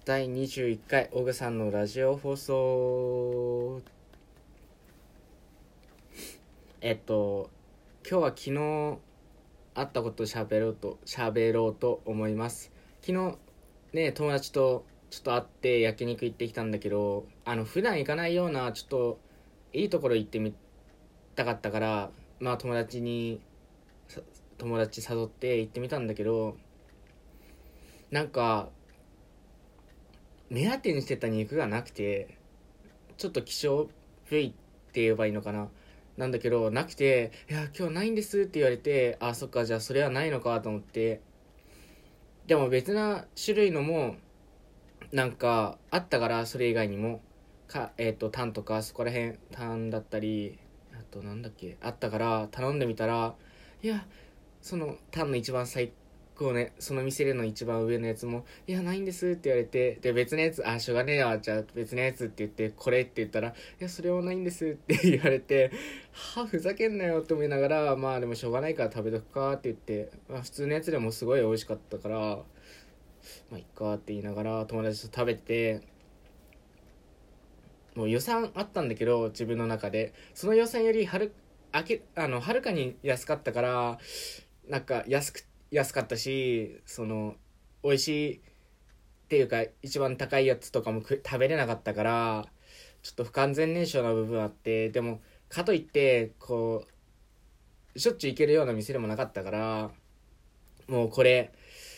第21回オグさんのラジオ放送。今日は昨日あったことを喋ろうと思います。昨日ね、友達とちょっと会って焼肉行ってきたんだけど、普段行かないようなちょっといいところ行ってみたかったから、友達誘って行ってみたんだけど、なんか目当てにしてた肉がなくて、ちょっと希少部位って言えばいいのかな、なんだけどなくて、いや今日ないんですって言われて、あそっか、じゃあそれはないのかと思って、でも別な種類のもなんかあったから、それ以外にもタンとかそこら辺、タンだったり、あとなんだっけあったから頼んでみたら、いやそのタンの一番最高ね、その店での一番上のやつも、いやないんですって言われて、で別のやつ、しょうがねえわ、じゃあ別のやつって言って、これって言ったら、いやそれはないんですって言われて、ふざけんなよって思いながら、まあでもしょうがないから食べとくかって言って、普通のやつでもすごい美味しかったから、まあいっかって言いながら友達と食べて、もう予算あったんだけど、自分の中でその予算よりはるかに安かったから、なんか安かったし、美味しいっていうか一番高いやつとかも食べれなかったから、ちょっと不完全燃焼な部分あって、でもかといってこうしょっちゅう行けるような店でもなかったから、もうこれ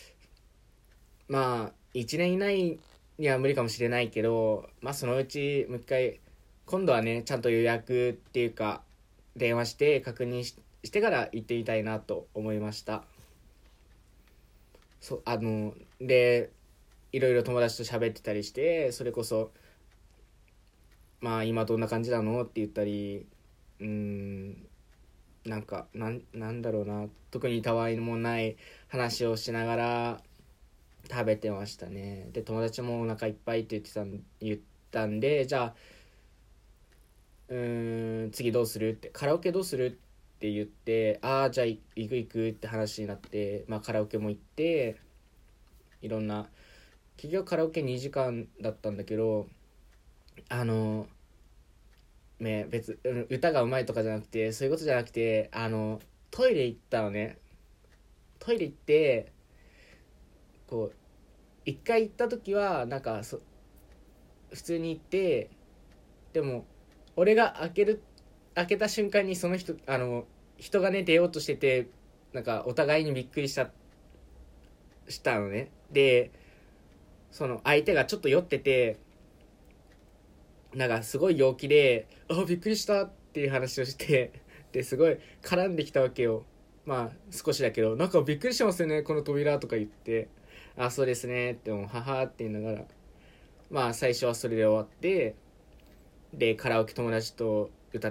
まあ1年以内には無理かもしれないけど、まあそのうちもう一回、今度はねちゃんと予約っていうか電話して確認してから行ってみたいなと思いました。でいろいろ友達と喋ってたりして、それこそまあ今どんな感じなのって言ったり、なんだろうな、特にたわいもない話をしながら食べてましたね。で友達もお腹いっぱいって言ったんで、じゃあ次どうするって、カラオケどうするって言って、じゃあ行くって話になって、まあカラオケも行って、いろんな、結局カラオケ2時間だったんだけど、あの歌がうまいとかじゃなくて、そういうことじゃなくて、トイレ行ったのね。トイレ行って、こう一回行った時はなんか普通に行って、でも俺が開けた瞬間に、その人がね出ようとしてて、なんかお互いにびっくりしたのね。でその相手がちょっと酔ってて、なんかすごい陽気で、びっくりしたっていう話をして、ですごい絡んできたわけよ。まあ少しだけど、なんかびっくりしますよねこの扉とか言って、そうですねって、もはって言いながら、まあ最初はそれで終わって、でカラオケ友達と歌って、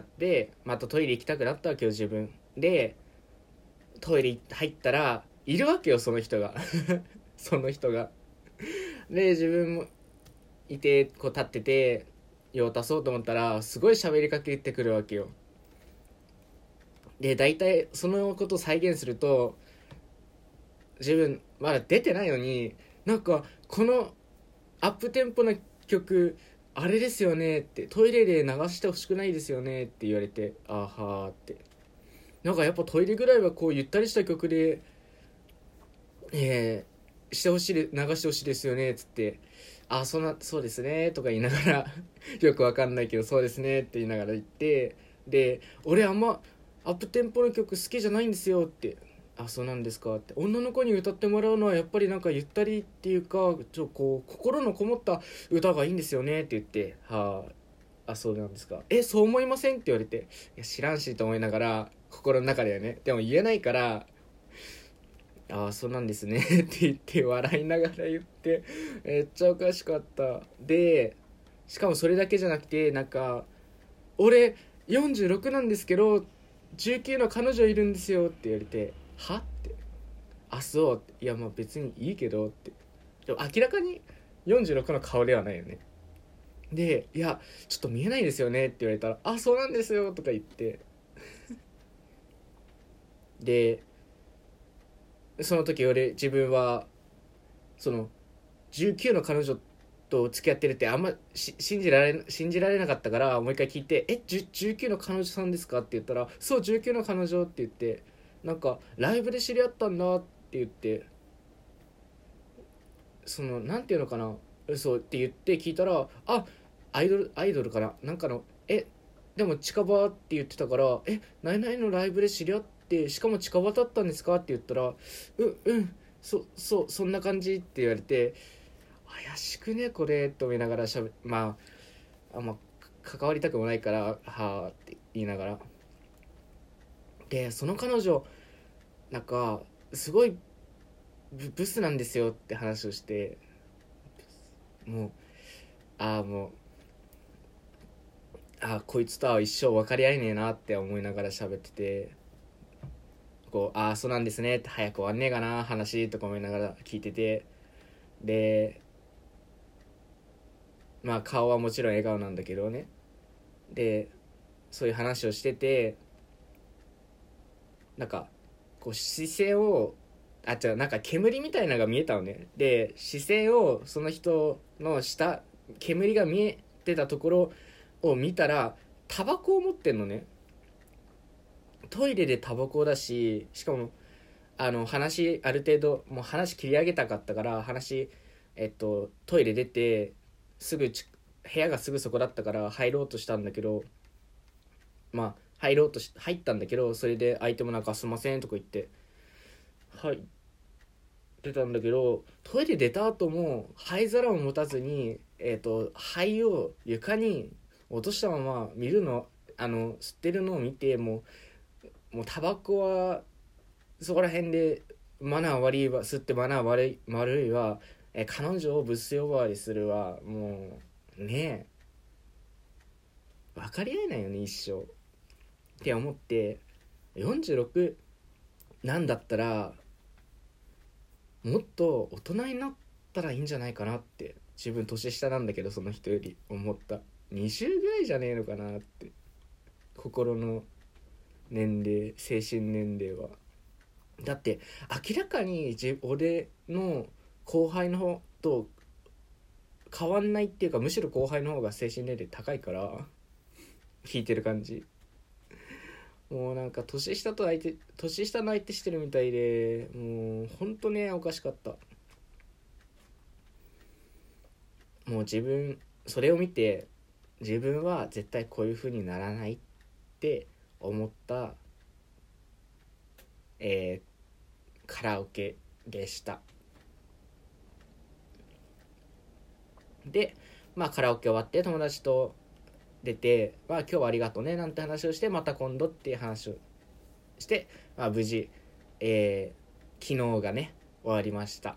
またトイレ行きたくなったわけよ自分で。トイレ入ったらいるわけよ、その人がその人が。で自分もいて、こう立ってて用を足そうと思ったら、すごい喋りかけてくるわけよ。で大体そのことを再現すると、自分まだ出てないのに、なんかこのアップテンポな曲あれですよねって、トイレで流してほしくないですよねって言われて、はーって、なんかやっぱトイレぐらいはこうゆったりした曲で、してほしい流してほしいですよねっつって、そうですねとか言いながらよくわかんないけど、そうですねって言いながら言って、で俺あんまアップテンポの曲好きじゃないんですよって、そうなんですかって、女の子に歌ってもらうのはやっぱりなんかゆったりっていうか、こう心のこもった歌がいいんですよねって言って、そうなんですか、そう思いませんって言われて、いや知らんしと思いながら、心の中ではね、でも言えないから、そうなんですねって言って笑いながら言って、めっちゃおかしかった。でしかもそれだけじゃなくて、なんか俺46なんですけど19の彼女いるんですよって言われて、はって、そうって、いやまあ別にいいけどって、でも明らかに46の顔ではないよね。でいやちょっと見えないですよねって言われたら、そうなんですよとか言って、でその時自分はその19の彼女と付き合ってるってあんま信じられなかったから、もう一回聞いて19の彼女さんですかって言ったら、そう19の彼女って言って、なんかライブで知り合ったんだって言って、そのなんていうのかな、嘘って言って聞いたら、アイドルかな、なんかのでも近場って言ってたから、何々のライブで知り合って、しかも近場だったんですかって言ったら、うんそんな感じって言われて、怪しくねこれと思いながらあんま関わりたくもないから、はあって言いながら、でその彼女なんかすごいブスなんですよって話をして、もうもうこいつとは一生分かり合えねえなって思いながら喋ってて、こうそうなんですねって、早く終わんねえかな話とか思いながら聞いてて、で顔はもちろん笑顔なんだけどね、でそういう話をしてて、なんかこう視線をなんか煙みたいなのが見えたのね。で視線をその人の下、煙が見えてたところを見たら、タバコを持ってんのね。トイレでタバコだし、しかも話ある程度もう話切り上げたかったから、トイレ出てすぐ部屋がすぐそこだったから入ろうとしたんだけど、入ったんだけど、それで相手もなんかすいませんとか言って出たんだけど、トイレ出た後も灰皿を持たずに、灰を床に落としたまま吸ってるのを見て、もうタバコはそこら辺でマナー悪いわ、吸ってマナー悪いわ、彼女をブス呼ばわりするわ、もうねえ分かり合えないよね一生って思って、46なんだったらもっと大人になったらいいんじゃないかなって、自分年下なんだけどその人より思った。20ぐらいじゃねえのかなって、心の年齢、精神年齢は。だって明らかに俺の後輩の方と変わんないっていうか、むしろ後輩の方が精神年齢高いから、聞いてる感じ、もうなんか年下の相手してるみたいで、もうほんとねおかしかった。もうそれを見て、自分は絶対こういう風にならないって思った、カラオケでした。でカラオケ終わって友達と出て、今日はありがとうねなんて話をして、また今度っていう話をして、無事、昨日がね終わりました。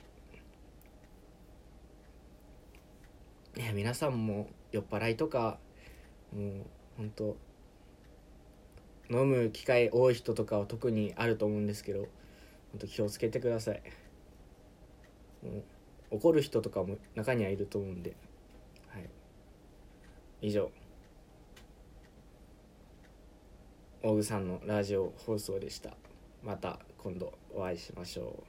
皆さんも酔っ払いとか、もうほんと飲む機会多い人とかは特にあると思うんですけど、ほんと気をつけてください。もう怒る人とかも中にはいると思うんで、以上、大具さんのラジオ放送でした。また今度お会いしましょう。